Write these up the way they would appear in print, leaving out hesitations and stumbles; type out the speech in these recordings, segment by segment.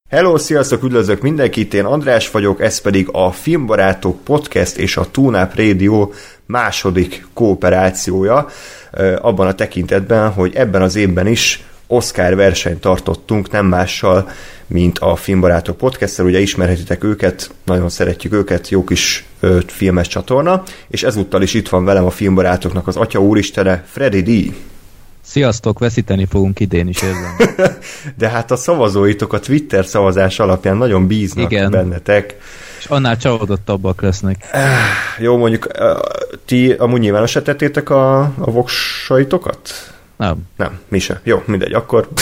Hello, sziasztok, üdvözlök mindenkit, én András vagyok, ez pedig a Filmbarátok Podcast és a TuneUp Radio második kooperációja, abban a tekintetben, hogy ebben az évben is Oscar versenyt tartottunk, nem mással, mint a Filmbarátok Podcast-szel, ugye ismerhetitek őket, nagyon szeretjük őket, jó kis filmes csatorna, és ezúttal is itt van velem a Filmbarátoknak az Atya Úristene, Freddy D. Sziasztok, veszíteni fogunk idén is, érzem. De hát a szavazóitok a Twitter szavazás alapján nagyon bíznak bennetek. És annál csalódottabbak lesznek. Jó, mondjuk ti amúgy nyilvánosra tettétek a voksaitokat? Nem, mi se. Jó, mindegy,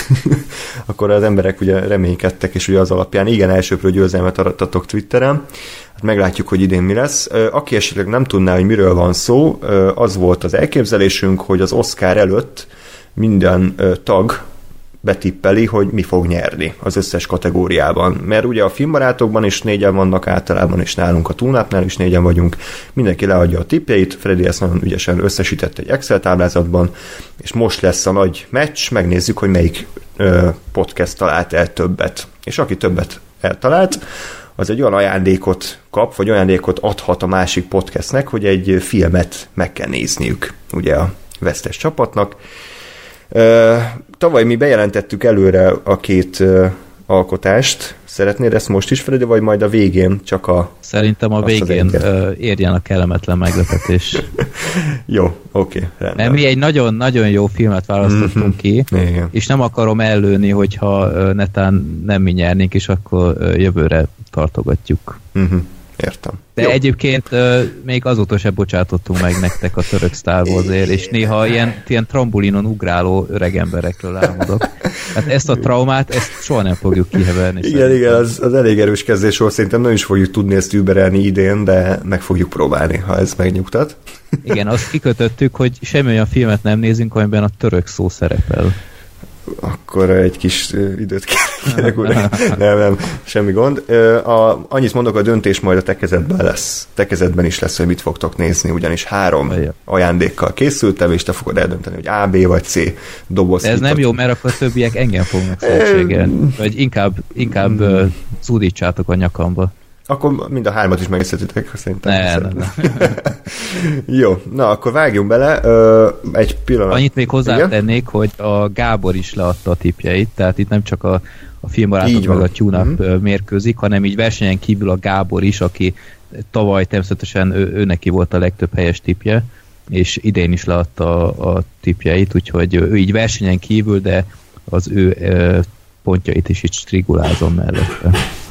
akkor az emberek ugye reménykedtek, és ugye az alapján igen, elsőprő győzelmet arattatok Twitteren. Hát meglátjuk, hogy idén mi lesz. Aki esetleg nem tudná, hogy miről van szó, az volt az elképzelésünk, hogy az Oscar előtt minden tag betippeli, hogy mi fog nyerni az összes kategóriában. Mert ugye a Filmbarátokban is 4-en vannak általában, és nálunk a TuneUpnál is 4-en vagyunk. Mindenki leadja a tippjeit, Freddy ezt nagyon ügyesen összesített egy Excel táblázatban, és most lesz a nagy meccs, megnézzük, hogy melyik podcast talált el többet. És aki többet eltalált, az egy olyan ajándékot kap, vagy ajándékot adhat a másik podcastnek, hogy egy filmet meg kell nézniük, ugye a vesztes csapatnak. Tavaly mi bejelentettük előre a két alkotást. Szeretnéd ezt most is, Freddy, vagy majd a végén csak a... Szerintem a végén érjen a kellemetlen meglepetés. Jó, oké, rendben. Mert mi egy nagyon-nagyon jó filmet választottunk ki, igen. És nem akarom ellőni, hogyha netán nem mi nyernénk, és akkor jövőre tartogatjuk. Értem. De jó. Egyébként még azóta sem bocsátottunk meg nektek a török Star Warsért, és néha ilyen trambulinon ugráló öreg emberekről álmodok. Hát ezt a traumát, ezt soha nem fogjuk kiheverni. Igen, az elég erős kezdés volt, szerintem nem is fogjuk tudni ezt überelni idén, de meg fogjuk próbálni, ha ez megnyugtat. Igen, azt kikötöttük, hogy semmi olyan filmet nem nézünk, amiben a török szó szerepel. Akkor egy kis időt kérek, nem, semmi gond. Annyit mondok, a döntés majd a te kezedben lesz. Te kezedben is lesz, hogy mit fogtok nézni, ugyanis 3 ajándékkal készültem, és te fogod eldönteni, hogy A, B vagy C doboz. De ez nem jó, mert akkor a többiek engem fognak szükségelni. Vagy inkább zúdítsátok a nyakamba. Akkor mind a 3-at is megnézhetitek, szerintem. Nem. Jó, na akkor vágjunk bele. Egy pillanat. Annyit még hozzátennék, hogy a Gábor is leadta a tippjeit, tehát itt nem csak a Filmbarátok meg a TuneUp mérkőzik, hanem így versenyen kívül a Gábor is, aki tavaly természetesen ő neki volt a legtöbb helyes tippje, és idén is leadta a tippjeit, úgyhogy ő így versenyen kívül, de az ő pontjait is így strigulázom mellette.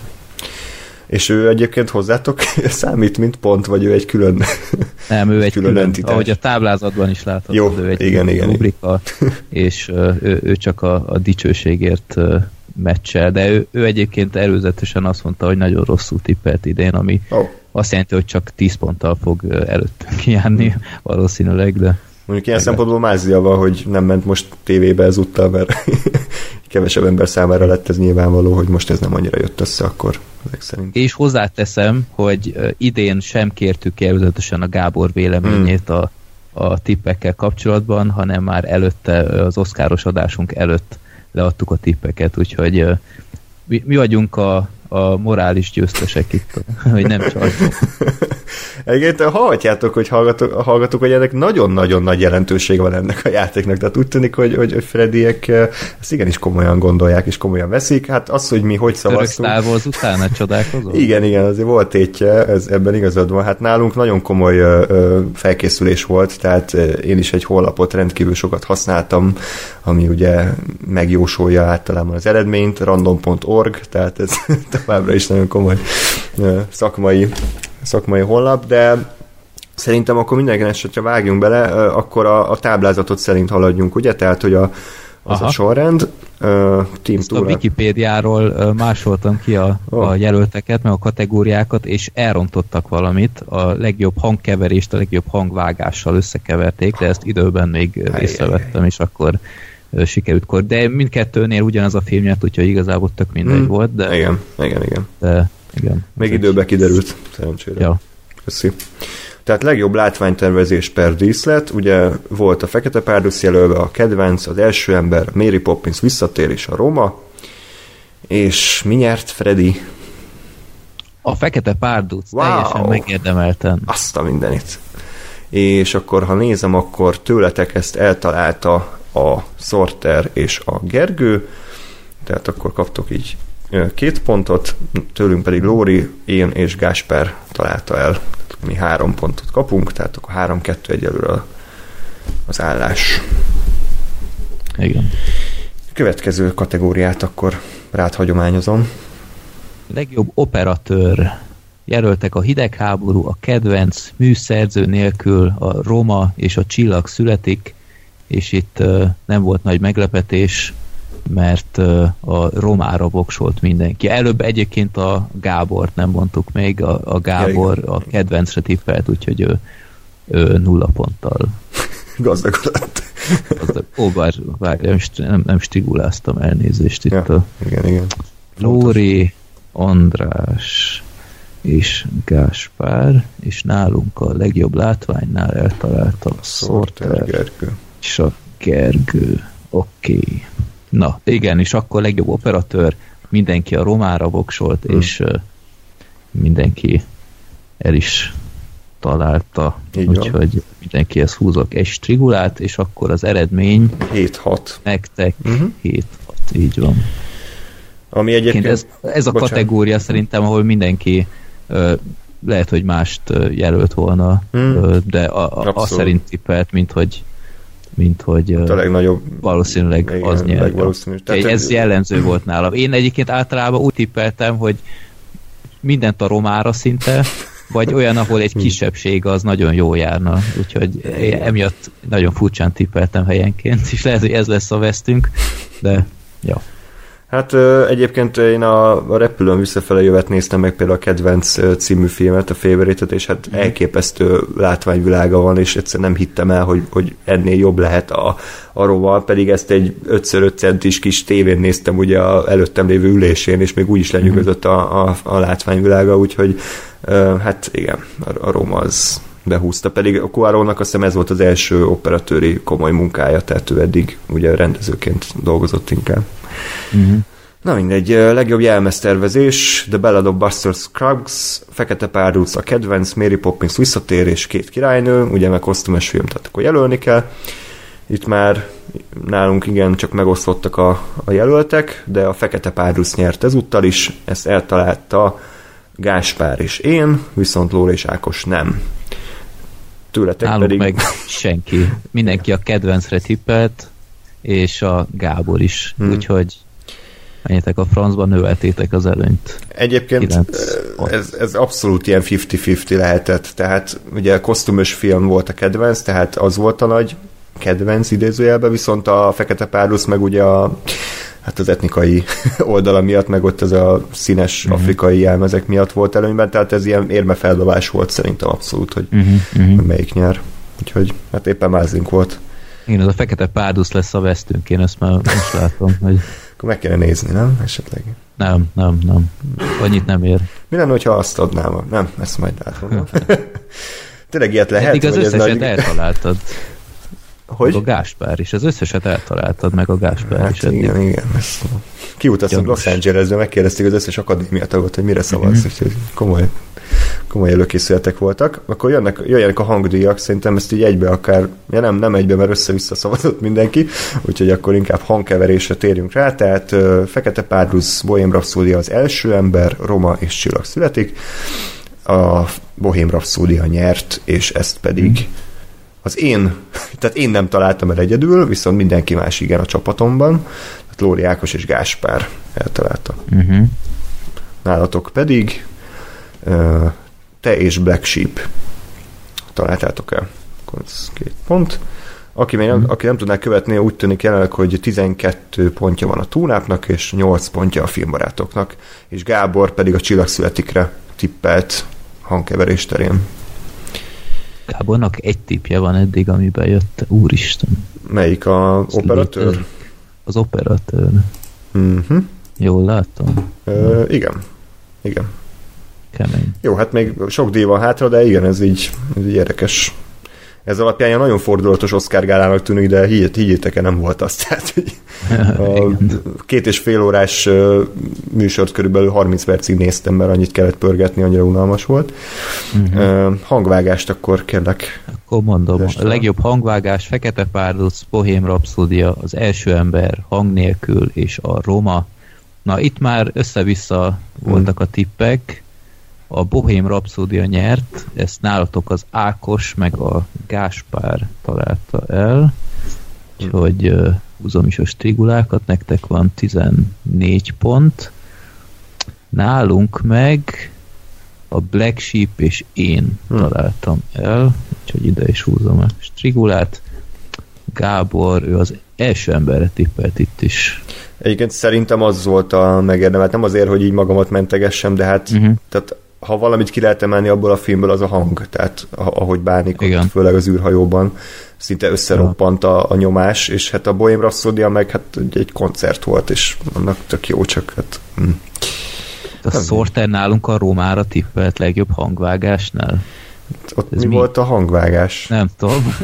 És ő egyébként hozzátok számít, mint pont, vagy ő egy külön nem, ő egy külön ahogy a táblázatban is láthatod, jó, ő egy igen. rubrika, és ő csak a dicsőségért meccsel, de ő egyébként előzetesen azt mondta, hogy nagyon rosszul tippelt idén, ami azt jelenti, hogy csak 10 ponttal fog előttünk kijárni valószínűleg, de mondjuk ilyen szempontból mázlia van, hogy nem ment most tévébe ezúttal, mert kevesebb ember számára lett ez nyilvánvaló, hogy most ez nem annyira jött össze akkor ezek szerint. És hozzáteszem, hogy idén sem kértük előzetesen a Gábor véleményét a tippekkel kapcsolatban, hanem már előtte, az oszkáros adásunk előtt leadtuk a tippeket, úgyhogy mi vagyunk a morális győztesek itt, hogy nem csaljuk. Egyébként hallhatjátok, hogy hallgatók, hogy ennek nagyon-nagyon nagy jelentősége van ennek a játéknak, tehát úgy tűnik, hogy Freddyek ezt igenis komolyan gondolják, és komolyan veszik. Hát az, hogy mi hogy szavaztunk... Török Star Wars utána csodálkozol? Igen, azért volt tétje, ebben igazad van. Hát nálunk nagyon komoly felkészülés volt, tehát én is egy honlapot rendkívül sokat használtam, ami ugye megjósolja általában az eredményt, random.org, tehát ez továbbra is nagyon komoly szakmai honlap, de szerintem akkor mindenki esetre vágjunk bele, akkor a táblázatot szerint haladjunk, ugye? Tehát, hogy az a sorrend. A Wikipédiáról másoltam ki a jelölteket, meg a kategóriákat, és elrontottak valamit. A legjobb hangkeverést a legjobb hangvágással összekeverték, de ezt időben még észrevettem, és akkor sikerült. De mindkettőnél ugyanaz a film nyert, úgyhogy igazából tök mindegy volt. De... Igen. De, igen. Még időben kiderült, szerencsére. Ja. Köszi. Tehát legjobb látványtervezés per díszlet, ugye volt a Fekete Párduc jelölve, a Kedvenc, az Első ember, Mary Poppins visszatér és a Roma, És mi nyert, Freddy? A Fekete Párduc, teljesen megérdemelten. Azt a mindenit. És akkor, ha nézem, akkor tőletek ezt eltalálta a Sorter és a Gergő, tehát akkor kaptok így 2 pontot, tőlünk pedig Lóri, én és Gáspár találta el. Mi 3 pontot kapunk, tehát akkor 3-2 egyelőre az állás. Igen. Következő kategóriát akkor rád hagyományozom. Legjobb operatőr. Jelöltek a Hidegháború, a Kedvenc, Műszerző nélkül, a Roma és a Csillag születik, és itt nem volt nagy meglepetés, mert a Romára voksolt mindenki. Előbb egyébként a Gábort nem mondtuk még, a Gábor a Kedvencre tippelt, úgyhogy ő 0 ponttal gazdagodott. Ó, várj, nem stiguláztam, elnézést itt. Ja, igen. Lóri, András és Gáspár, és nálunk a legjobb látványnál eltalálta a Sorter Gergő. És a Gergő. Oké. Na, igen, és akkor legjobb operatőr, mindenki a Romára voksolt, és mindenki el is találta, úgyhogy mindenkihez húzok egy strigulát, és akkor az eredmény 7-6. Nektek 7-6, így van. Ami egyébként... Ez a kategória szerintem, ahol mindenki lehet, hogy mást jelölt volna, de azt szerint tippelt, mint hogy a legnagyobb, valószínűleg igen, az nyert. Ez jellemző volt nálam. Én egyébként általában úgy tippeltem, hogy mindent a Romára szinte, vagy olyan, ahol egy kisebbség az nagyon jól járna. Úgyhogy emiatt nagyon furcsán tippeltem helyenként, és lehet, hogy ez lesz a vesztünk, de ja. Hát egyébként én a repülőn visszafele jövet néztem meg például a Kedvenc című filmet, a Favorite-et, és hát elképesztő látványvilága van, és egyszerűen nem hittem el, hogy ennél jobb lehet a Roma, pedig ezt egy 5x5 centis kis tévén néztem ugye a előttem lévő ülésén, és még úgy is lenyűgözött a látványvilága, úgyhogy hát igen, a Roma az behúzta, pedig a Cuarónak azt hiszem ez volt az első operatőri komoly munkája, tehát ő eddig ugye rendezőként dolgozott inkább. Na mindegy, legjobb jelmeztervezés, The Ballad of Buster Scruggs, Fekete Párduc, a Kedvenc, Mary Poppins visszatér és 2 királynő, ugye meg kosztümös film, tehát akkor jelölni kell. Itt már nálunk igen csak megosztottak a jelöltek, de a Fekete Párduc nyert ezúttal is, ezt eltalálta Gáspár és én, viszont Lóra és Ákos nem. Tőletek nálunk pedig... meg senki. Mindenki a Kedvencre tippelt, és a Gábor is. Úgyhogy menjetek a francba, növeltétek az előnyt. Egyébként ez abszolút ilyen 50-50 lehetett. Tehát ugye kosztümös film volt a Kedvenc, tehát az volt a nagy kedvenc idézőjelben, viszont a Fekete Párduc meg ugye hát az etnikai oldala miatt, meg ott ez a színes afrikai jelmezek miatt volt előnyben, tehát ez ilyen érmefeldobás volt szerintem abszolút, hogy melyik nyer. Úgyhogy hát éppen mázlink volt. Igen, ez a Fekete Párduc lesz a vesztünk, én ezt már most látom, hogy... Akkor meg kellene nézni, nem? Esetleg. Nem. Annyit nem ér. Mi lenne, hogyha azt adnám? Nem, ezt majd látom. Tényleg ilyet lehet? Eddig az összeset eltaláltad. Hogy? Meg a Gáspár is. Az összeset eltaláltad, meg a Gáspár hát is eddig. Igen. Kiutaztunk Los Angelesbe, megkérdezték az összes akadémia tagot, hogy mire szavazsz, úgyhogy komoly előkészületek voltak. Akkor jöjjenek a hangdíjak, szerintem ezt így egybe akár, nem egybe, mert össze-vissza szavazott mindenki, úgyhogy akkor inkább hangkeverésre térjünk rá, tehát Fekete Párduc, Bohém Rhapsódia az első ember, Roma és Csillag születik. A Bohém Rhapsódia nyert, és ezt pedig tehát én nem találtam el egyedül, viszont mindenki más igen a csapatomban, tehát Lóri, Ákos és Gáspár eltalálta. Nálatok pedig te és Black Sheep találtátok el. Akkor ez 2 pont. Aki nem tudná követni, úgy tűnik jelenleg, hogy 12 pontja van a Túnápnak, és 8 pontja a Filmbarátoknak, és Gábor pedig a Csillag születikre tippelt hangkeverés terén. Gábornak egy tippje van eddig, amiben jött. Úristen. Melyik a operatőr? Az operatőr. Jól látom? Igen. Kemény. Jó, hát még sok díj van hátra, de igen, ez így érdekes ez alapján egy nagyon fordulatos Oscar gálának tűnik, de higgyétek-e, nem volt az. Tehát, hogy a 2,5 órás műsort körülbelül 30 percig néztem, mert annyit kellett pörgetni, annyira unalmas volt. Hangvágást akkor kérlek. Akkor mondom, a legjobb hangvágás: Fekete párduc, Bohém Rapszódia, Az első ember, Hang nélkül és a Roma. Na, itt már össze-vissza voltak a tippek. A Bohém Rapszódia nyert, ezt nálatok az Ákos meg a Gáspár találta el, úgyhogy húzom is a strigulákat, nektek van 14 pont. Nálunk meg a Black Sheep és én találtam el, úgyhogy ide is húzom a strigulát. Gábor, ő az első emberre tippelt itt is. Egyébként szerintem az volt a megérdemelt, nem azért, hogy így magamat mentegessem, de hát tehát, ha valamit ki lehet emelni abból a filmből, az a hang, tehát ahogy bánik ott, főleg az űrhajóban, szinte összeroppant a nyomás, és hát a Bohém Rhapsody meg hát egy koncert volt, és annak tök jó, csak hát... A Sorter nálunk a Romára tippelt legjobb hangvágásnál. Ott mi volt a hangvágás? Nem tudom.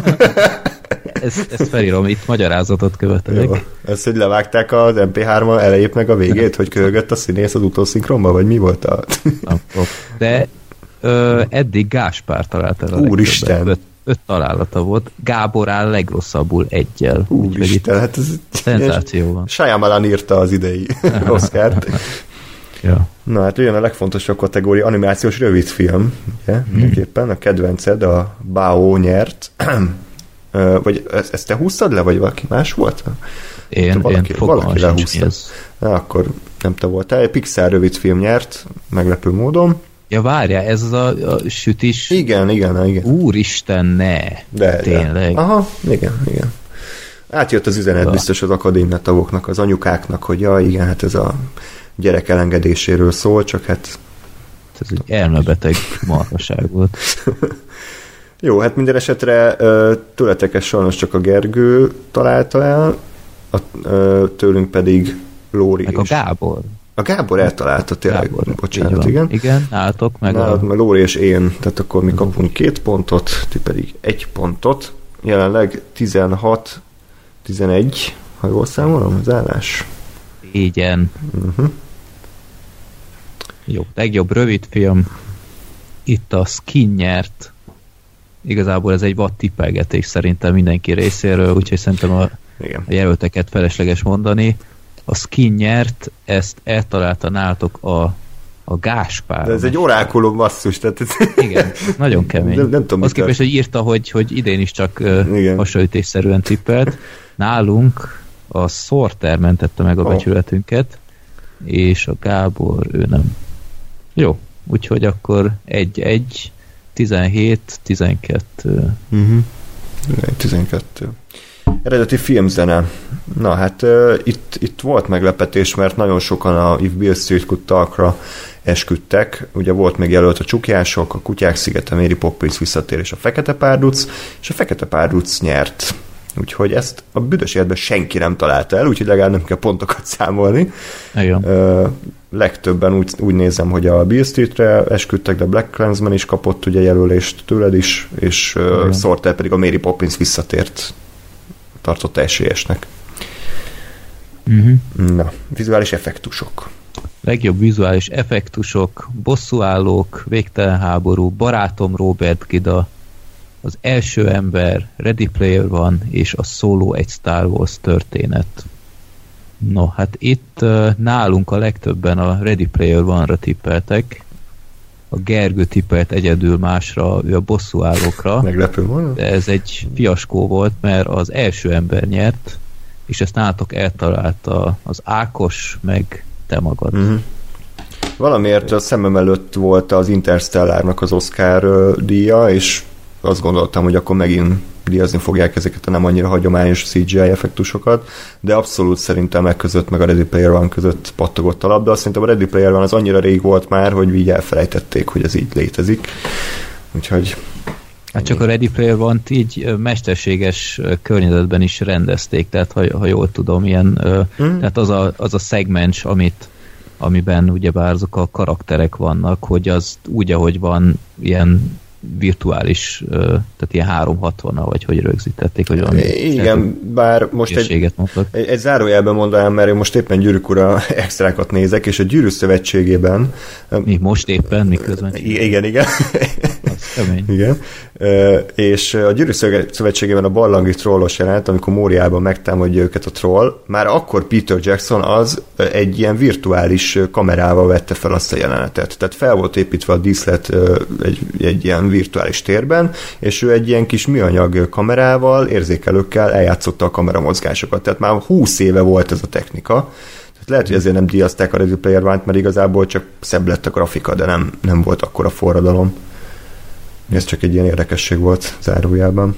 Ezt felírom, itt magyarázatot követelek. Jó. Ezt, hogy levágták az MP3 elejét meg a végét, hogy köhögött a színész az utószinkronba, vagy mi volt a... De eddig Gáspár találta el a Úristen! 5 találata volt. Gábor áll legrosszabbul 1-jel. Úristen, hát ez... Szenzáció van. Shyamalan írta az idei Oscart. Ja. Na hát jön a legfontosabb kategória, animációs rövidfilm. Ugye? Mindenképpen a kedvenced, a Bao nyert. Vagy ezt te húztad le, vagy valaki más volt? Én valaki lehúzta. Na, akkor nem te voltál. Egy Pixar rövidfilm nyert, meglepő módon. Ja, várjál, ez az a sütis... Igen. Úristen, ne! De. Tényleg. Aha, igen. Átjött az üzenet biztos az akadémia tagoknak, az anyukáknak, hogy ja, igen, hát ez a gyerek elengedéséről szól, csak hát... Ez egy elmebeteg marhaság volt. Jó, hát minden esetre tőletek ezt sajnos csak a Gergő találta el, tőlünk pedig Lóri meg a Gábor. A Gábor eltalálta tényleg, Gábor, bocsánat, igen. Igen, nálatok meg meg Lóri és én, tehát akkor mi kapunk 2 pontot, ti pedig 1 pontot. Jelenleg 16-11, ha jól számolom, az állás. Igen. Jó, legjobb rövidfilm. Itt a Skin nyert. Igazából ez egy vad tippelgetés szerintem mindenki részéről, úgyhogy szerintem a jelölteket felesleges mondani. A Skin nyert, ezt eltalálta nálatok a Gáspár. De ez egy orákulum basszus. Tehát igen, nagyon kemény. Nem tudom, azt képest, hogy írta, hogy idén is csak hasonlítésszerűen tippelt. Nálunk a Sorter mentette meg a becsületünket, és a Gábor, ő nem. Jó, úgyhogy akkor 1-1, 17-12. 12. Eredeti filmzene. Na hát itt volt meglepetés, mert nagyon sokan a If Beale Street Could Talkra esküdtek. Ugye volt még jelölt a Csukjások, a Kutyák szigete, Mary Poppins visszatér és a Fekete párduc, és a Fekete párduc nyert. Úgyhogy ezt a büdös életben senki nem találta el, úgyhogy legalább nem kell pontokat számolni. Legtöbben úgy nézem, hogy a Beale Streetre esküdtek, de Black Klansman is kapott ugye jelölést tőled is, és Sorter pedig a Mary Poppins visszatért tartotta esélyesnek. Na, vizuális effektusok. Legjobb vizuális effektusok: Bosszúállók, Végtelen háború, Barátom Robert Gida, Az első ember, Ready Player One és a Solo egy Star Wars történet. No, hát itt nálunk a legtöbben a Ready Player One-ra tippeltek. A Gergő tippelt egyedül másra, ő a Bosszúállókra. Meglepő volt. De ez egy fiaskó volt, mert az első ember nyert, és ezt nálatok eltalálta az Ákos, meg te magad. Valamiért a szemem előtt volt az Interstellárnak az Oscar díja, és azt gondoltam, hogy akkor megint díjazni fogják ezeket a nem annyira hagyományos CGI effektusokat, de abszolút szerintem meg között, meg a Ready Player One között pattogott a labda. Szerintem a Ready Player One az annyira rég volt már, hogy így elfelejtették, hogy ez így létezik. Úgyhogy... Hát csak a Ready Player One-t így mesterséges környezetben is rendezték, tehát ha jól tudom, ilyen, tehát az a szegmens, amiben ugyebár azok a karakterek vannak, hogy az úgy, ahogy van, ilyen virtuális, tehát ilyen 360-nal, vagy hogy rögzítették, hogy valami. Igen, bár most egy zárójelben mondanám, mert én most éppen Gyűrűk Ura extrákat nézek, és a Gyűrű Szövetségében... Mi most éppen, miközben? Igen. Az kemény. Igen. És a Gyűrű Szövetségében a barlangi trollos jelent, amikor Móriában megtámadja őket a troll, már akkor Peter Jackson az egy ilyen virtuális kamerával vette fel azt a jelenetet. Tehát fel volt építve a díszlet egy ilyen virtuális térben, és ő egy ilyen kis műanyag kamerával, érzékelőkkel eljátszotta a kameramozgásokat. Tehát már 20 éve volt ez a technika. Tehát lehet, hogy ezért nem díjazták a Ready Player One-t, mert igazából csak szebb lett a grafika, de nem volt akkora forradalom. Ez csak egy ilyen érdekesség volt zárójában.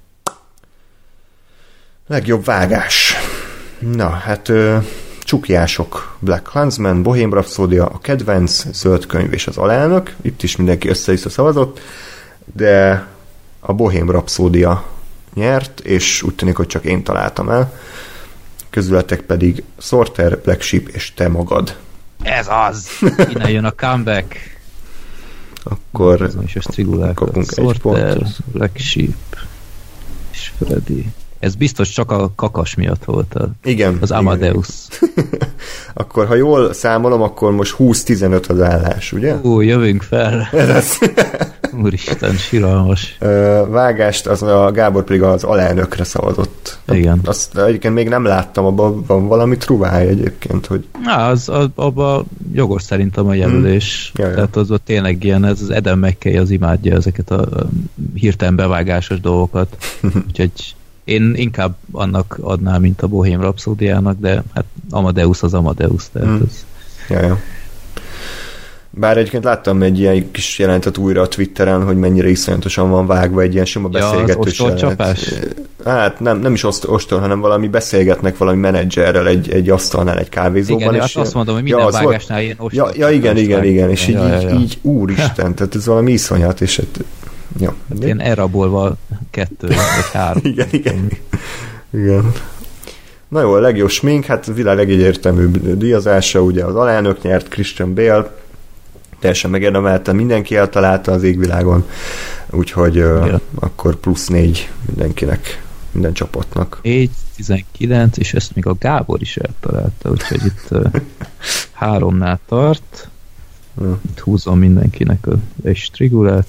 Legjobb vágás. Na, hát csukjások: Black Klansman, Bohém Rhapsody, a kedvenc, Zöld könyv és az alelnök. Itt is mindenki össze-vissza szavazott, de a Bohém Rhapsody nyert, és úgy tűnik, hogy csak én találtam el. Közületek pedig Sorter, Black Sheep és te magad. Ez az! Innen jön a comeback. Akkor kapunk egy pontot. Black Sheep és Freddy. Ez biztos csak a kakas miatt volt igen, az Amadeus. Igen. Akkor, ha jól számolom, akkor most 20-15 az állás, ugye? Jövünk fel. Úristen, siralmas. Vágást, az a Gábor pedig az alelnökre szavazott. Igen. Azt egyébként még nem láttam, abban van valami truváj egyébként, hogy... Abban jogos szerintem a jelölés. Tehát az ott tényleg ilyen, ez az Adam McKay az imádja ezeket a hirtelen bevágásos dolgokat. Úgyhogy én inkább annak adnám, mint a Bohém Rhapsody-ának, de hát Amadeus az Amadeus, tehát ez... Ja. Bár egyébként láttam egy ilyen kis jelentet újra a Twitteren, hogy mennyire iszonyatosan van vágva egy ilyen sima beszélgetős jelenet. Hát nem is ostor, hanem valami beszélgetnek valami menedzserrel egy asztalnál, egy kávézóban. Igen, és azt mondom, hogy minden vágásnál ilyen ostor. Ja, igen, és így úristen, tehát ez valami iszonyat, és ja. Hát ilyen elrabolva 2 vagy 3. Igen. Na jó, a legjobb smink, hát a világ legegyértelműbb díjazása, ugye az alelnök nyert, Christian Bale, teljesen megérdemelte, mindenki eltalálta az égvilágon, úgyhogy akkor +4 mindenkinek, minden csapatnak. 4-19, és ezt még a Gábor is eltalálta, úgyhogy itt 3-nál tart. Itt húzom mindenkinek egy strigulát.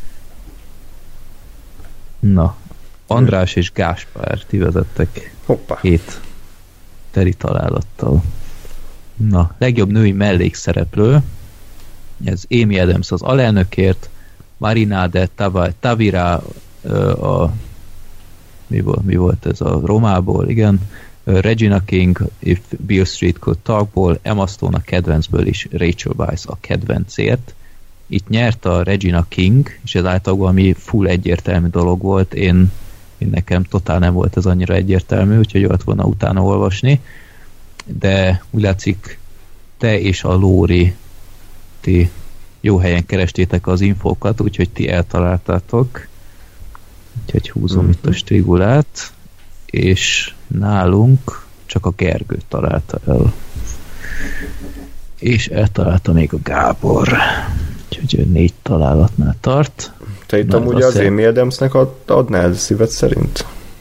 Na, András és Gáspár, ti vezettek. Hoppá. 7 teri találattal. Na, legjobb női mellékszereplő, ez Amy Adams az alelnökért, Marina de Tavira mi volt ez a Romából, igen, Regina King, If Beale Street Could Talkból, Emma Stone a kedvencből is, Rachel Weisz a kedvencért. Itt nyert a Regina King, és ez általában valami full egyértelmű dolog volt, én nekem totál nem volt ez annyira egyértelmű, úgyhogy jól volna utána olvasni, de úgy látszik, te és a Lóri ti jó helyen kerestétek az infókat, úgyhogy ti eltaláltátok, úgyhogy húzom itt a strigulát, és nálunk csak a Gergő találta el, és eltalálta még a Gábor, úgyhogy 4 találatnál tart. Te itt amúgy az Amy Adamsnek adnál szíved szerint?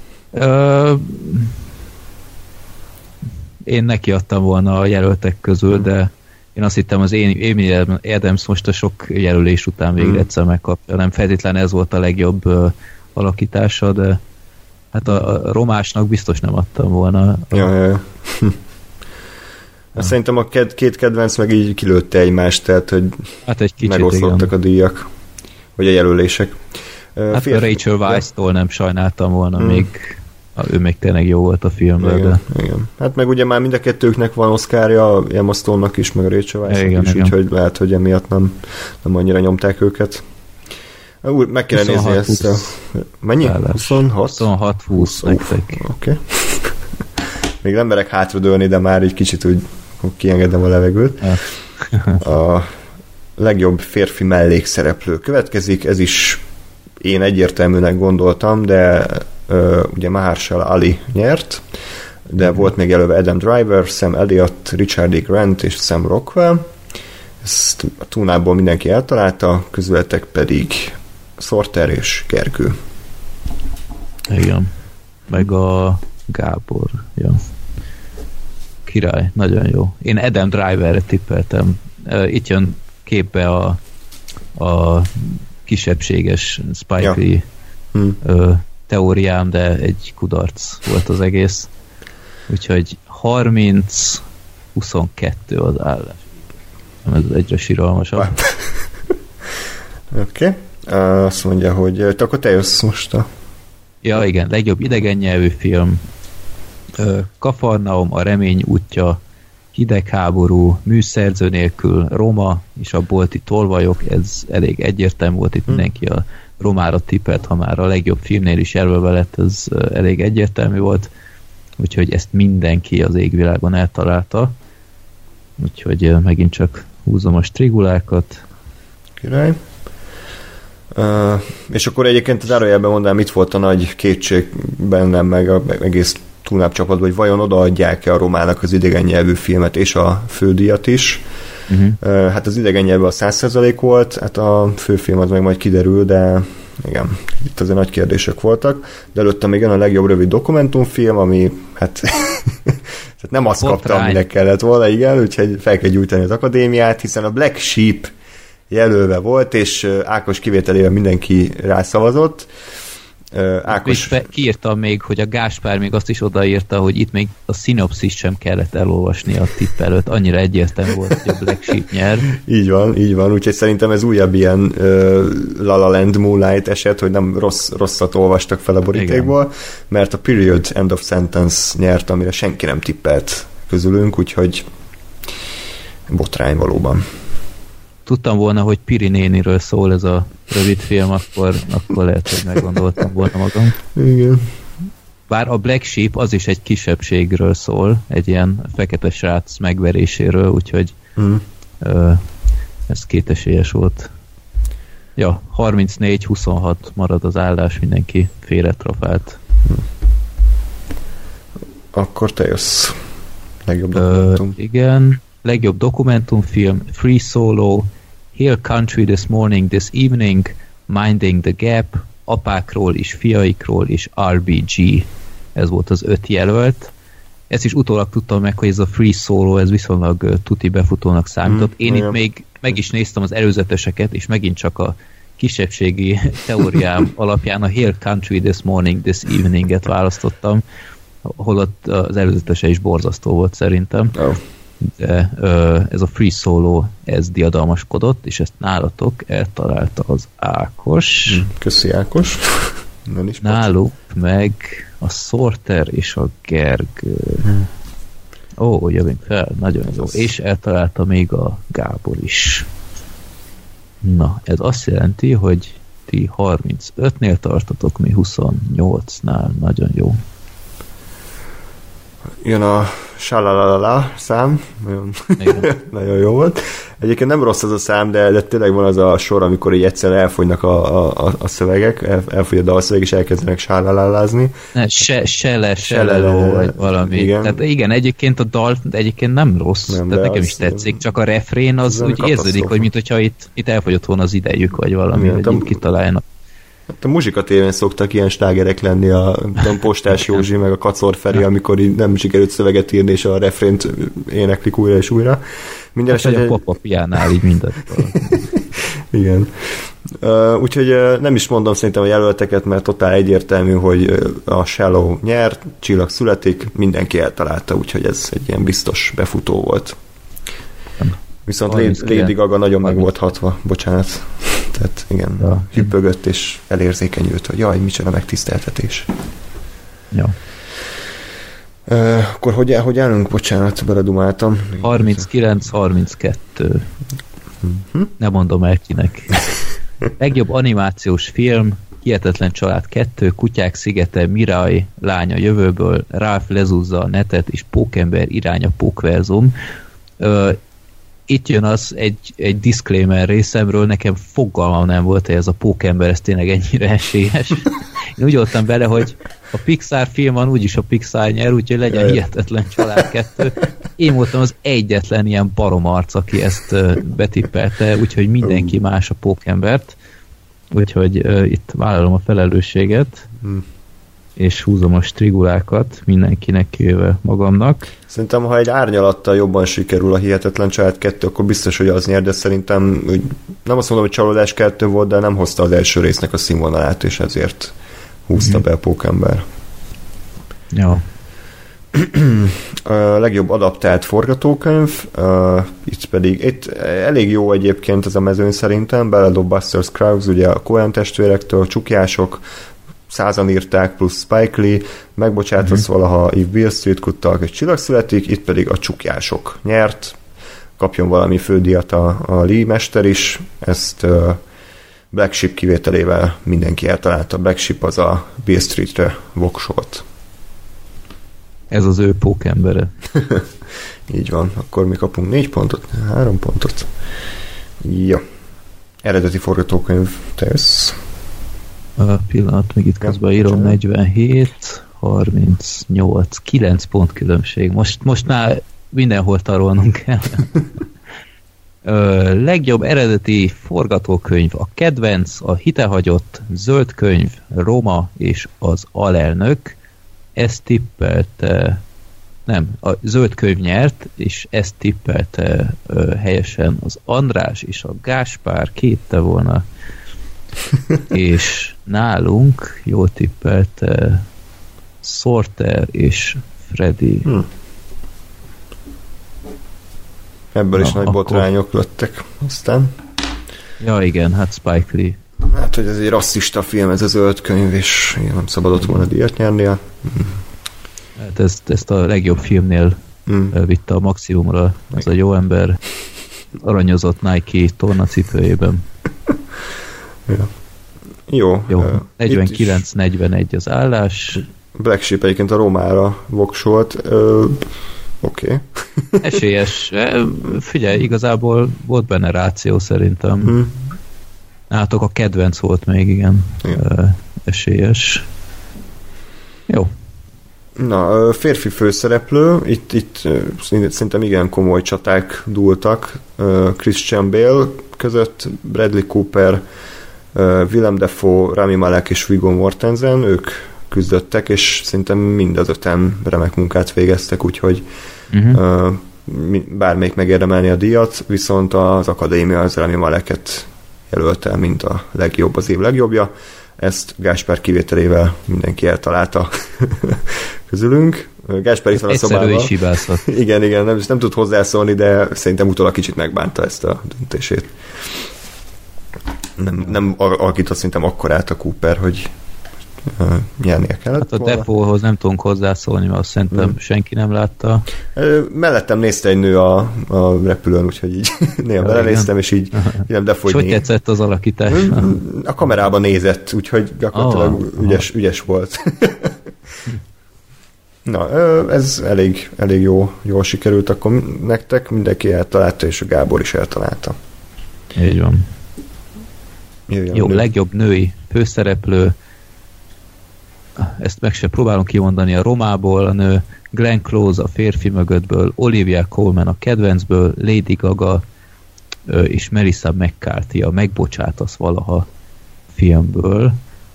Én neki adtam volna a jelöltek közül, de én azt hittem, az Amy Adams most a sok jelölés után végre egyszer megkapja. Nem feltétlenül ez volt a legjobb alakítása, de hát a Romásnak biztos nem adtam volna. Ja. Szerintem a két kedvenc meg így kilőtte egymást, tehát hogy hát egy kicsit, megoszlottak a díjak, vagy a jelölések. Hát a Rachel Weisz-tól nem sajnáltam volna, ő még tényleg jó volt a filmben. Igen. Hát meg ugye már mind a kettőknek van Oscarja, Emma Stone-nak is, meg a Rachel Weisz-nak is, úgyhogy lehet, hogy emiatt nem annyira nyomták őket. Úr, meg kéne nézni ezt. Mennyi? 26-20 nektek. Oké. Még nem merek hátradőlni, de már egy kicsit úgy kiengedem a levegőt. A legjobb férfi mellékszereplő következik, ez is én egyértelműnek gondoltam, de ugye Mahershala Ali nyert, de volt még előbb Adam Driver, Sam Elliott, Richard E. Grant és Sam Rockwell. Ezt a túnából mindenki eltalálta, közületek pedig Sorter és Gergő. Igen. Meg a Gábor. Ja. Király, nagyon jó. Én Adam Driverre tippeltem. Itt jön képbe a kisebbséges Spike Lee teóriám, de egy kudarc volt az egész. Úgyhogy 30-22 az állás. Ez egyre siralmasabb. Oké. Azt mondja, hogy akkor te jössz most a... Ja, igen, legjobb idegen nyelvű film. Kafarnaum, a remény útja, hidegháború, műszerző nélkül, Roma és a bolti tolvajok, ez elég egyértelmű volt, itt mindenki a Romára tippelt, ha már a legjobb filmnél is jelölve lett, ez elég egyértelmű volt, úgyhogy ezt mindenki az égvilágon eltalálta, úgyhogy megint csak húzom a strigulákat. Király. És akkor egyébként az zárójelben mondanám, itt volt a nagy kétség bennem, meg a egész Túlnáp csapatban, hogy vajon odaadják-e a Romának az idegen nyelvű filmet és a fődíjat is. Hát az idegen nyelvű a 100% volt, hát a főfilm az meg majd kiderül, de igen, itt azért nagy kérdések voltak, de előtte még jön a legjobb rövid dokumentumfilm, ami hát nem azt kapta, aminek kellett volna, igen, úgyhogy fel kell gyújtani az akadémiát, hiszen a Black Sheep jelölve volt, és Ákos kivételével mindenki rászavazott. Ákos... Kiírtam még, hogy a Gáspár még azt is odaírta, hogy itt még a szinopszis sem kellett elolvasni a tipp előtt, annyira egyértelmű volt, hogy a Black Sheep nyer. Így van, úgyhogy szerintem ez újabb ilyen La La Land Moonlight eset, hogy nem rosszat olvastak fel a borítékból, igen. Mert a Period End of Sentence nyert, amire senki nem tippelt közülünk, úgyhogy botrány valóban. Tudtam volna, hogy Piri néniről szól ez a rövid film, akkor lehet, hogy meggondoltam volna magam. Igen. Bár a Black Sheep az is egy kisebbségről szól, egy ilyen fekete srác megveréséről, úgyhogy ez kétesélyes volt. Ja, 34-26 marad az állás, mindenki félretrafált. Akkor te jössz. Legjobb dokumentum. Igen. Legjobb dokumentumfilm, Free Solo, Hill Country This Morning, This Evening, Minding the Gap, Apákról és fiaikról és RBG. Ez volt az 5 jelölt. Ezt is utólag tudtam meg, hogy ez a Free Solo, ez viszonylag tuti befutónak számított. Én itt még meg is néztem az előzeteseket, és megint csak a kisebbségi teóriám alapján a Hill Country This Morning, This Evening-et választottam, holott az előzetese is borzasztó volt szerintem. De ez a Free Solo, ez diadalmaskodott, és ezt nálatok eltalálta az Ákos. Köszi, Ákos. Náluk meg a Sorter és a Gergő. Jövünk fel, nagyon jó. És eltalálta még a Gábor is. Na, ez azt jelenti, hogy ti 35-nél tartatok, mi 28-nál. Nagyon jó. Jön a Shalalala szám, nagyon jó volt. Egyébként nem rossz az a szám, de tényleg van az a sor, amikor így egyszer elfogynak a szövegek, elfogy a dalszöveg, és elkezdenek sálalalázni. Seleló, vagy valami. Igen. Tehát igen, egyébként a dal egyébként nem rossz, nem, tehát nekem is tetszik, csak a refrén az úgy érződik, hogy mintha itt elfogyott volna az idejük, vagy valami, hogy itt kitalálnak. Hát a Muzsika tévén szoktak ilyen slágerek lenni, a Postás Józsi, meg a Kacor Feri, amikor nem sikerült szöveget írni, és a refrént éneklik újra és újra. Minden esetben... a Papa Piánál így mindent. Igen. Úgyhogy nem is mondom szerintem a jelölteket, mert totál egyértelmű, hogy a Shallow nyer, Csillag születik, mindenki eltalálta, úgyhogy ez egy ilyen biztos befutó volt. Viszont Lady Gaga nagyon meg volt hatva, bocsánat. Tehát igen, hüppögött és elérzékenyült, hogy jaj, micsoda megtiszteltetés. Ja. Akkor hogy állunk? Bocsánat, beledumáltam. 39-32. Nem mondom el kinek. Legjobb animációs film, Hihetetlen család 2, Kutyák szigete, Mirai, Lánya jövőből, Ralph lezúzza a netet, és Pókember irány a Pókverzum. Itt jön az egy disclaimer részemről, nekem fogalmam nem volt, hogy ez a Pókember, ez tényleg ennyire esélyes. Én úgy voltam bele, hogy a Pixar film van, úgyis a Pixar nyer, úgyhogy legyen Hihetetlen család 2. Én voltam az egyetlen ilyen baromarc, aki ezt betippelte, úgyhogy mindenki más a Pókembert. úgyhogy itt vállalom a felelősséget, és húzom a strigulákat mindenkinek, kivéve magamnak. Szerintem, ha egy árnyalattal jobban sikerül a Hihetetlen Család 2, akkor biztos, hogy az nyer, de szerintem nem azt mondom, hogy csalódás 2 volt, de nem hozta az első résznek a színvonalát, és ezért húzta be a Pókember. Ja. A legjobb adaptált forgatókönyv, itt elég jó egyébként ez a mezőny szerintem, beledob Buster Scruggs, ugye a Coen testvérektől, Csukjások, 100-an írták, plusz Spike Lee, megbocsátasz valaha If Beale Street kuttal, egy csillag születik, itt pedig a Csukjások nyert, kapjon valami fődíjat a Lee mester is, ezt Black Sheep kivételével mindenki eltalálta. Black Sheep az a Beale Streetre voksolt. Ez az ő pókembere. Így van, akkor mi kapunk 4 pontot, 3 pontot. Jó. Eredeti forgatókönyv, te jössz. A pillanat, még itt közben írom, 47, 38, 9 pont különbség. Most már mindenhol tarolnunk kell. Legjobb eredeti forgatókönyv, a Kedvenc, a Hitehagyott, Zöld könyv, Roma és az Alelnök. Ezt tippelte, nem, a Zöld könyv nyert, és ezt tippelte helyesen az András és a Gáspár, kétte volna. És nálunk jól tippelte Sorter és Freddy. Ebből is nagy botrányok lettek aztán. Ja igen, hát Spike Lee. Hát, hogy ez egy rasszista film, ez a Zöld könyv, és nem szabadott volna díjat nyernie. Hát ezt a legjobb filmnél vitte a maximumra az a jó ember aranyozott Nike tornacipőjében. Ja. Jó. 49-41 az állás. Black Sheep egyébként a Romára voksolt. Oké. Esélyes. Figyelj, igazából volt benne ráció szerintem. Nálatok a Kedvenc volt még, igen. Esélyes. Jó. Na, férfi főszereplő, itt szerintem igen komoly csaták dúltak. Christian Bale között, Bradley Cooper, Willem Dafoe, Rami Malek és Viggo Mortensen, ők küzdöttek, és szerintem mind az 5-en remek munkát végeztek, úgyhogy bármelyik megérdemelni a díjat, viszont az Akadémia az Rami Maleket jelölte, mint a legjobb, az év legjobbja. Ezt Gáspár kivételével mindenki eltalálta közülünk. Gáspár itt van a szobában. Is hibázhat. Igen, nem tud hozzászólni, de szerintem utólag kicsit megbánta ezt a döntését. Nem alakított szerintem akkorát a Cooper, hogy nyernie kellett. Hát a Defoehoz nem tudunk hozzászólni, mert azt szerintem senki nem látta. Mellettem nézte egy nő a repülőn, úgyhogy így néha belenéztem, és így nem Defoe. És hogy tetszett az alakítás? A kamerában nézett, úgyhogy gyakorlatilag ügyes volt. Na, ez elég jól sikerült akkor nektek, mindenki eltalálta, és a Gábor is eltalálta. Így van. Jó, legjobb női főszereplő, ezt meg sem próbálom kimondani, a Romából a nő, Glenn Close a Férfi mögöttből, Olivia Colman a Kedvencből, Lady Gaga és Melissa McCarthy a Megbocsátasz valaha filmből.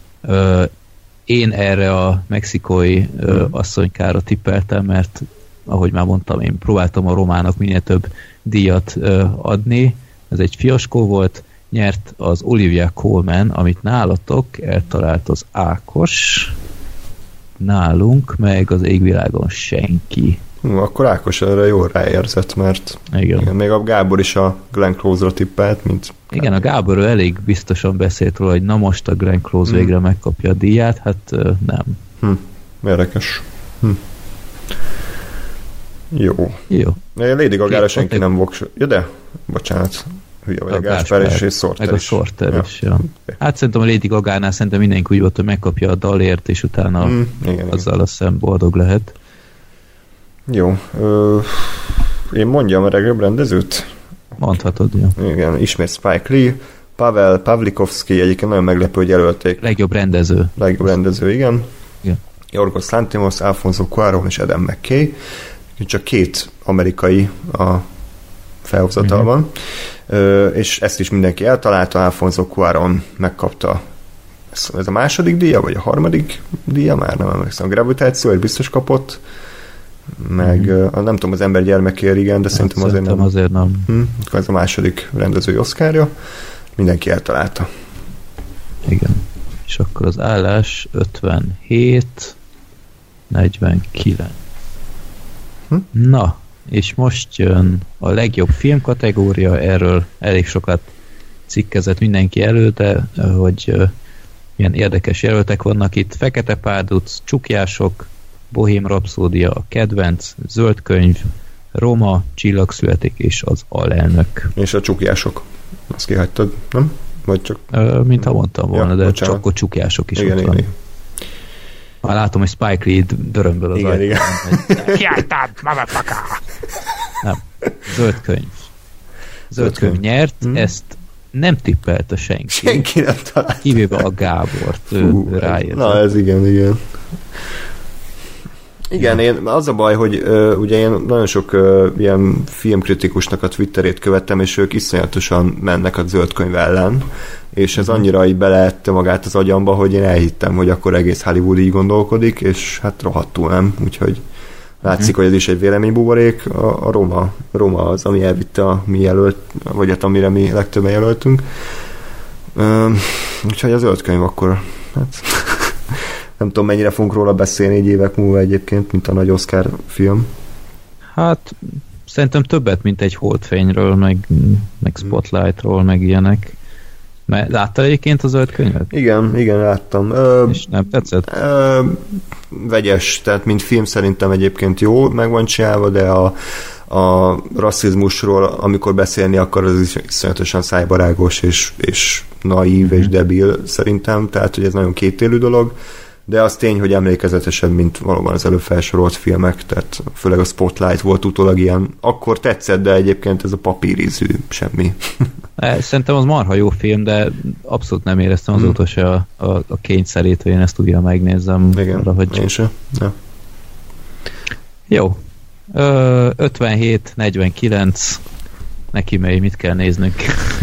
Én erre a mexikói asszonykára tippeltem, mert ahogy már mondtam, én próbáltam a Romának minél több díjat adni, ez egy fiaskó volt, nyert az Olivia Colman, amit nálatok eltalált az Ákos, nálunk meg az égvilágon senki. Akkor Ákos erre jól ráérzett, mert igen, még a Gábor is a Glenn Close-ra tippelt, mint... Igen, a Gábor elég biztosan beszélt róla, hogy na most a Glenn Close végre megkapja a díját, hát nem. Érdekes. Jó. Lady Gagára senki nem voksol. Ja, de, bocsánat. Hülye vagy, a Gáspár és Sorter meg a Sorter is. Ja. Hát szerintem a Lady Gagánál szerintem mindenki úgy volt, hogy megkapja a dalért, és utána azzal azt hiszem boldog lehet. Jó. Én mondjam a legjobb rendezőt? Mondhatod, ja. Igen, ismét Spike Lee, Pavel Pavlikovsky, egyébként nagyon meglepő, hogy jelölték. Legjobb rendező. Legjobb rendező, igen. Yorgos Lanthimos, Alfonso Cuarón és Adam McKay. Csak 2 amerikai a felhozatalban, és ezt is mindenki eltalálta, Alfonso Cuarón megkapta ez a második díja, vagy a harmadik díja, már nem emlékszem, a Gravitáció, biztos kapott, meg nem tudom, az Ember gyermekér, igen, de szerintem azért nem. Ez a második rendezői Oscarja, mindenki eltalálta. Igen. És akkor az állás 57-49. Na, és most jön a legjobb film kategória, erről elég sokat cikkezett mindenki előtte, hogy milyen érdekes jelöltek vannak itt. Fekete párduc, Csukjások, Bohém rapszódia, a kedvenc, Zöld könyv, Roma, Csillagszületik és az Alelnök. És a Csukjások. Azt kihagytad, nem? Vagy csak... mintha mondtam volna, de bocsánat. Csak a Csukjások is igen, ott van. Igen. Már látom, hogy Spike Lee dörömből az igen. Kiáltad, motherfucker! Nem. Zöld könyv. Zöld könyv nyert, ezt nem tippelte senki. Senki nem talált. Kivéve a Gábort, ő ráért. Na ez igen. Igen, az a baj, hogy ugye én nagyon sok ilyen filmkritikusnak a Twitterét követtem, és ők iszonyatosan mennek a Zöld könyv ellen, és ez annyira így beleette magát az agyamba, hogy én elhittem, hogy akkor egész Hollywood így gondolkodik, és hát rohadtul nem, úgyhogy látszik, hogy ez is egy véleménybuborék. A Roma az, ami elvitte a mi jelölt, vagy hát amire mi legtöbben jelöltünk. Úgyhogy a Zöld könyv akkor hát nem tudom, mennyire fogunk róla beszélni 4 évek múlva egyébként, mint a nagy Oscar film. Hát szerintem többet, mint egy Holdfényről, meg Spotlightról, meg ilyenek. Mert láttál egyébként a Zöld könyvet? Igen, láttam. És nem tetszett? Vegyes, tehát mint film szerintem egyébként jó, meg van csinálva, de a rasszizmusról, amikor beszélni akar, az is iszonyatosan szájbarágos, és naív, és debil szerintem, tehát hogy ez nagyon kétélű dolog, de az tény, hogy emlékezetesebb, mint valóban az előbb felsorolt filmek, tehát főleg a Spotlight volt utólag ilyen, akkor tetszett, de egyébként ez a papírízű semmi. Szerintem az marha jó film, de abszolút nem éreztem azóta se a kényszerét, hogy én ezt újra megnézzem. Igen, arra, hogy... én sem. Ja. Jó. 57-49 neki mely, mit kell néznünk?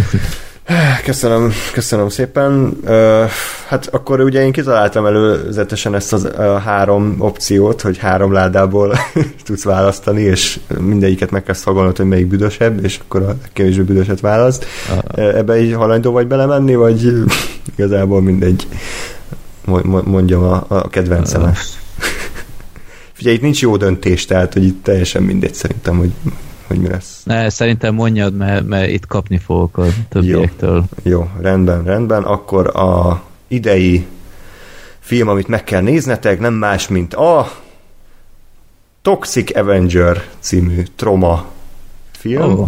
Köszönöm szépen. Hát akkor ugye én kitaláltam előzetesen ezt a 3 opciót, hogy 3 ládából tudsz választani, és mindegyiket meg kell szagolnod, hogy melyik büdösebb, és akkor a kevésbé büdöset választ. Ebbe így hajlandó vagy belemenni, vagy igazából mindegy, mondjam a kedvencemet. Figyelj, itt nincs jó döntés, tehát hogy itt teljesen mindegy szerintem, hogy mi lesz. Ne, szerintem mondjad, mert itt kapni fogok a többiektől. Jó, rendben. Akkor a idei film, amit meg kell néznetek, nem más, mint a Toxic Avenger című Troma film.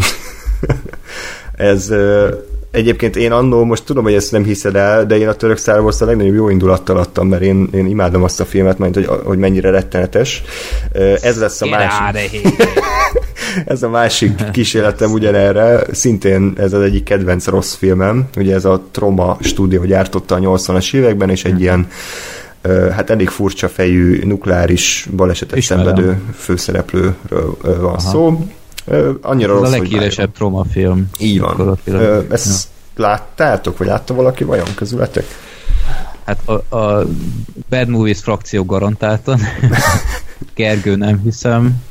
Ez egyébként én annól, most tudom, hogy ezt nem hiszed el, de én a Török Star Wars a legnagyobb jó indulattal adtam, mert én imádom azt a filmet, majd hogy mennyire rettenetes. Ez lesz a másik. Ez a másik kísérletem ugyanerre, szintén ez az egyik kedvenc rossz filmem, ugye ez a Troma stúdió gyártotta a 80-as években, és egy ilyen hát elég furcsa fejű nukleáris balesetet szenvedő főszereplőről van szó. Annyira rossz, a leghíresebb Troma film. Így van. Ezt láttátok, vagy látta valaki vajon közületek? Hát a Bad Movies frakció garantáltan. Gergő nem hiszem.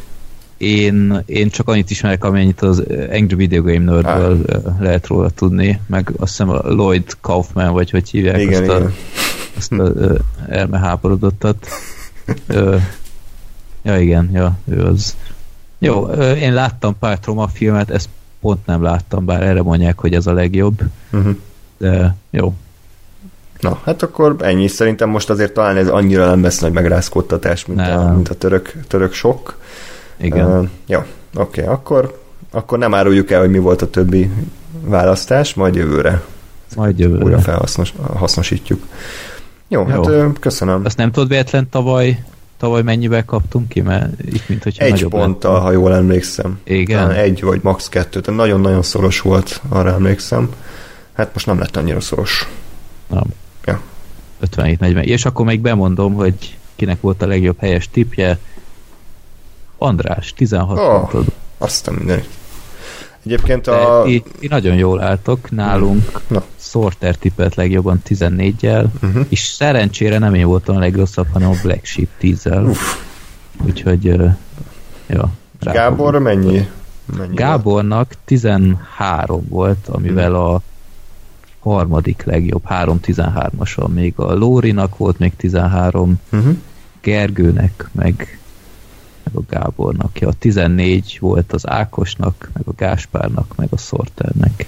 Én csak annyit ismerek, amennyit az Angry Video Game Nerdből lehet róla tudni, meg azt hiszem a Lloyd Kaufman, vagy hogy hívják, igen. azt a elmeháborodottat. Ő az. Jó, én láttam pár Troma filmet, ezt pont nem láttam, bár erre mondják, hogy ez a legjobb. De jó. Na, hát akkor ennyi. Szerintem most azért talán ez annyira nem lesz nagy megrázkódtatás, mint a török sok. Igen. Jó, oké, akkor nem áruljuk el, hogy mi volt a többi választás, majd jövőre. Újra felhasznosítjuk. Jó, hát köszönöm. Azt nem tudod véletlen tavaly mennyivel kaptunk ki, mert itt mint hogyha 1 ponttal, lett. Ha jól emlékszem. Igen. Talán 1 vagy max. 2, tehát nagyon-nagyon szoros volt, arra emlékszem. Hát most nem lett annyira szoros. Nem. Ja. 57-40. És akkor még bemondom, hogy kinek volt a legjobb helyes tippje. András, 16 pontod. Azt a mindenit. Egyébként ti nagyon jól álltok, nálunk Sorter tippelt legjobban 14-jel, és szerencsére nem én voltam a legrosszabb, hanem a Black Sheep 10-el. Úgyhogy ja. Gábor mennyi Gábornak 13 volt, amivel a harmadik legjobb, 3-13-asan, még a Lórinak volt még 13, Gergőnek, meg a Gábornak, ja, 14 volt az Ákosnak, meg a Gáspárnak, meg a Sorternek.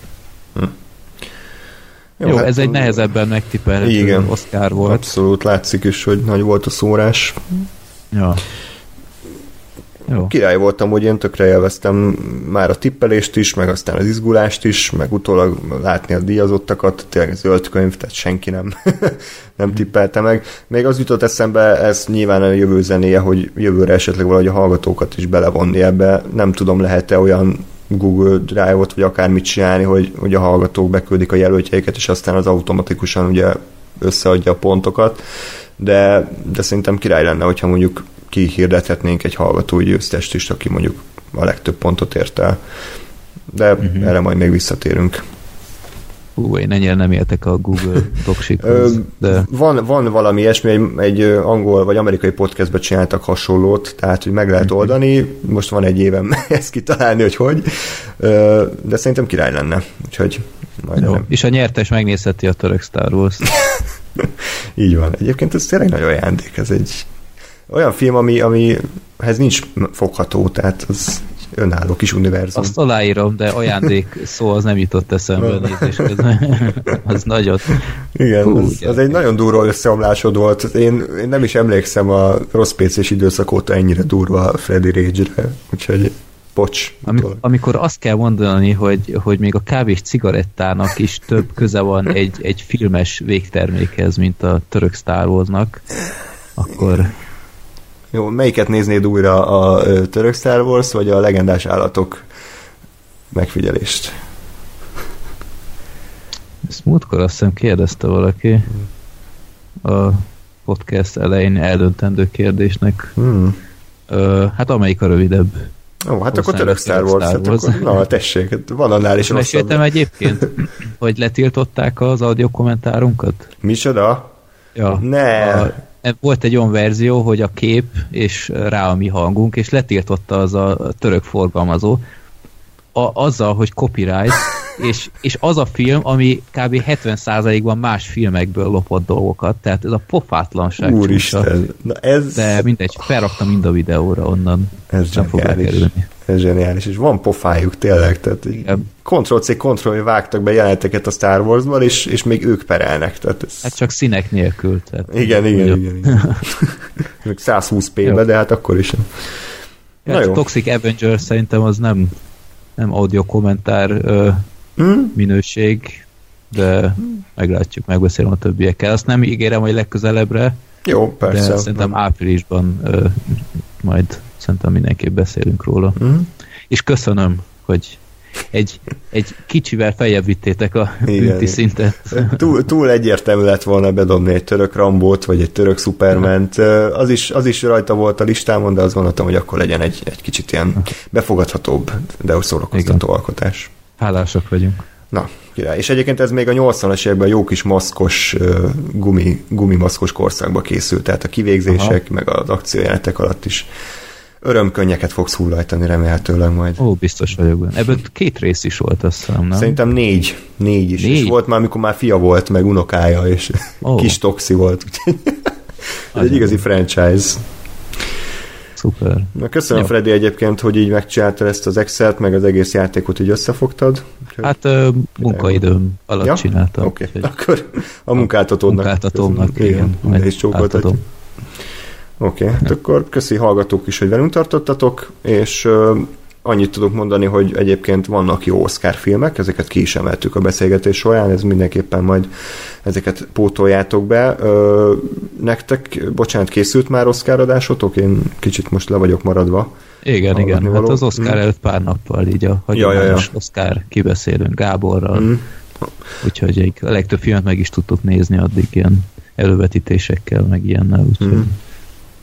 Jó, hát ez egy nehezebben megtippelhető Oscar volt. Abszolút látszik is, hogy nagy volt a szórás. Ja. Jó. Király voltam, hogy én tökre élveztem már a tippelést is, meg aztán az izgulást is, meg utólag látni a díjazottakat, tényleg zöld könyv, tehát senki nem tippelte meg. Még az jutott eszembe, ez nyilván a jövő zenéje, hogy jövőre esetleg valahogy a hallgatókat is belevonni ebbe. Nem tudom, lehet-e olyan Google Drive-ot, vagy akármit csinálni, hogy a hallgatók beküldik a jelöltjeiket, és aztán az automatikusan ugye összeadja a pontokat, de szerintem király lenne, hogyha mondjuk kihirdethetnénk egy hallgatói győztest is, aki mondjuk a legtöbb pontot ért el. De erre majd még visszatérünk. Én ennyire nem éltek a Google Docsikhoz. De... Van valami ilyesmi, egy angol vagy amerikai podcastben csináltak hasonlót, tehát hogy meg lehet oldani, most van egy évem ezt kitalálni, hogy de szerintem király lenne. Úgyhogy majd nem. És a nyertes megnézheti a török Star Wars. Így van. Egyébként ez tényleg nagy ajándék. Ez egy olyan film, amihez nincs fogható, tehát az önálló kis univerzum. Azt aláírom, de ajándék szó az nem jutott eszembe a nézés közben. Az nagyot. Igen, az egy nagyon durva összeomlásod volt. Én nem is emlékszem a rossz PC-s időszak óta ennyire durva Freddy Rage-re, úgyhogy bocs. Amikor azt kell mondani, hogy még a kávés cigarettának is több köze van egy filmes végtermékhez, mint a török Star Wars-nak, akkor... Jó, melyiket néznéd újra, a török Star Wars, vagy a legendás állatok megfigyelést? Ezt múltkor azt hiszem kérdezte valaki a podcast elején eldöntendő kérdésnek. Hát amelyik a rövidebb. Ó, hát akkor török Star Wars. Na, tessék, van annál is rosszabb. Meséltem egyébként, hogy letiltották az audio kommentárunkat? Micsoda? Ja. Ne! Volt egy olyan verzió, hogy a kép és rá a mi hangunk, és letiltotta az a török forgalmazó azzal, hogy copyright, és az a film, ami kb. 70%-ban más filmekből lopott dolgokat, tehát ez a pofátlanság. Úristen! De mindegy, felraktam mind a videóra onnan. Ez zseniális. Ez zseniális, és van pofájuk tényleg, tehát Ctrl-C, Ctrl-V vágtak be jeleneteket a Star Wars-ban, és még ők perelnek. Tehát ez... Hát csak színek nélkül. Tehát igen. 120p-be, de hát akkor is. Hát a Toxic Avenger szerintem az nem audio kommentár minőség, de meglátjuk, megbeszélem a többiekkel. Azt nem ígérem, hogy legközelebbre. Jó, persze. De szerintem áprilisban majd szerintem mindenképp beszélünk róla. És köszönöm, hogy egy kicsivel feljebb vittétek a bünti szintet. Túl egyértelmű lett volna bedobni egy török Rambót, vagy egy török Superment. Az is rajta volt a listámon, de azt gondoltam, hogy akkor legyen egy kicsit ilyen befogadhatóbb, de szórakoztató alkotás. Hálásak vagyunk. Na, király. És egyébként ez még a 80-as években jó kis maszkos, gumimaszkos korszakba készült, tehát a kivégzések, meg az akciójelenetek alatt is örömkönnyeket fogsz hullajtani remélhetőleg majd. Ó, biztos vagyok benne. Ebből 2 rész is volt, azt hiszem, nem? Szerintem 4 is. És volt már, amikor már fia volt, meg unokája, és kis toxi volt. Ez egy igazi franchise. Szuper. Na, köszönöm, Freddy, egyébként, hogy így megcsináltad ezt az Excel-t, meg az egész játékot így összefogtad. Hát munkaidőm alatt csináltam. Oké. Akkor a munkáltatónak. Igen, is csókoltatjuk. Oké, hát akkor köszi hallgatók is, hogy velünk tartottatok, és annyit tudok mondani, hogy egyébként vannak jó Oscar filmek, ezeket ki is emeltük a beszélgetés során, ez mindenképpen majd ezeket pótoljátok be. Nektek, bocsánat, készült már Oscar adásotok? Én kicsit most le vagyok maradva. Igen. Hát az Oscar előtt pár nappal így a hagyományos Oscar kibeszélünk Gáborral. Úgyhogy a legtöbb filmet meg is tudtuk nézni addig ilyen elővetítésekkel, meg ilyennel, úgyhogy...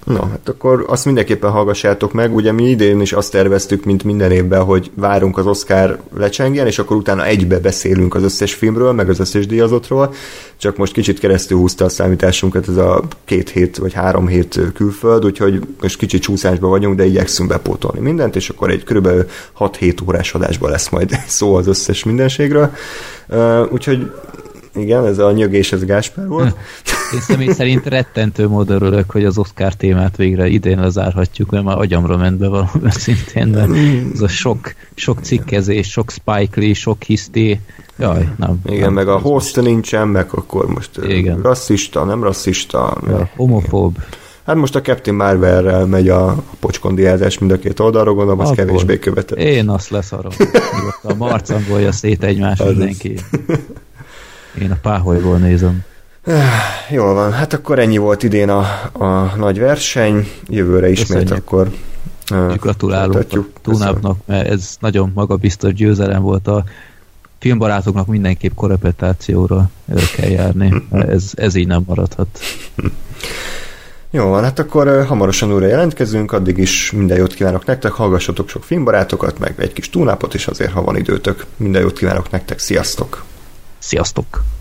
Na, hát akkor azt mindenképpen hallgassátok meg, ugye mi idén is azt terveztük, mint minden évben, hogy várunk az Oscar lecsengjen, és akkor utána egybe beszélünk az összes filmről, meg az összes díjazottról, csak most kicsit keresztül húzta a számításunkat ez a 2 hét vagy 3 hét külföld, úgyhogy most kicsit csúszásban vagyunk, de igyekszünk bepótolni mindent, és akkor egy körülbelül 6-7 órás adásban lesz majd szó az összes mindenségről. Úgyhogy igen, ez a nyögés, ez Gáspár volt. Én személy szerint rettentő módon örülök, hogy az Oscar témát végre idén lezárhatjuk, mert már agyamra ment be valami szintén, de ez a sok cikkezés, sok Spike Lee, sok hiszti, jaj, nem. Igen, nem, meg a host nincsen, meg akkor most igen. Rasszista, nem rasszista. Ja, homofób. Hát most a Captain Marvel-rel megy a pocskondiázás mind a két oldalra, gondolom, az kevésbé követett. Én azt leszarom. A marcangolja szét egymást mindenki. Én a páholyból nézem. Jól van, hát akkor ennyi volt idén a nagy verseny, jövőre ismét. Köszönjük. Akkor gratulálunk a Túnápnak, mert ez nagyon magabiztos győzelem volt. A filmbarátoknak mindenképp korepetációra kell járni, ez így nem maradhat. Jó van, hát akkor hamarosan újra jelentkezünk, addig is minden jót kívánok nektek, hallgassatok sok filmbarátokat, meg egy kis Túnápot, és azért, ha van időtök, minden jót kívánok nektek, sziasztok! Sziasztok!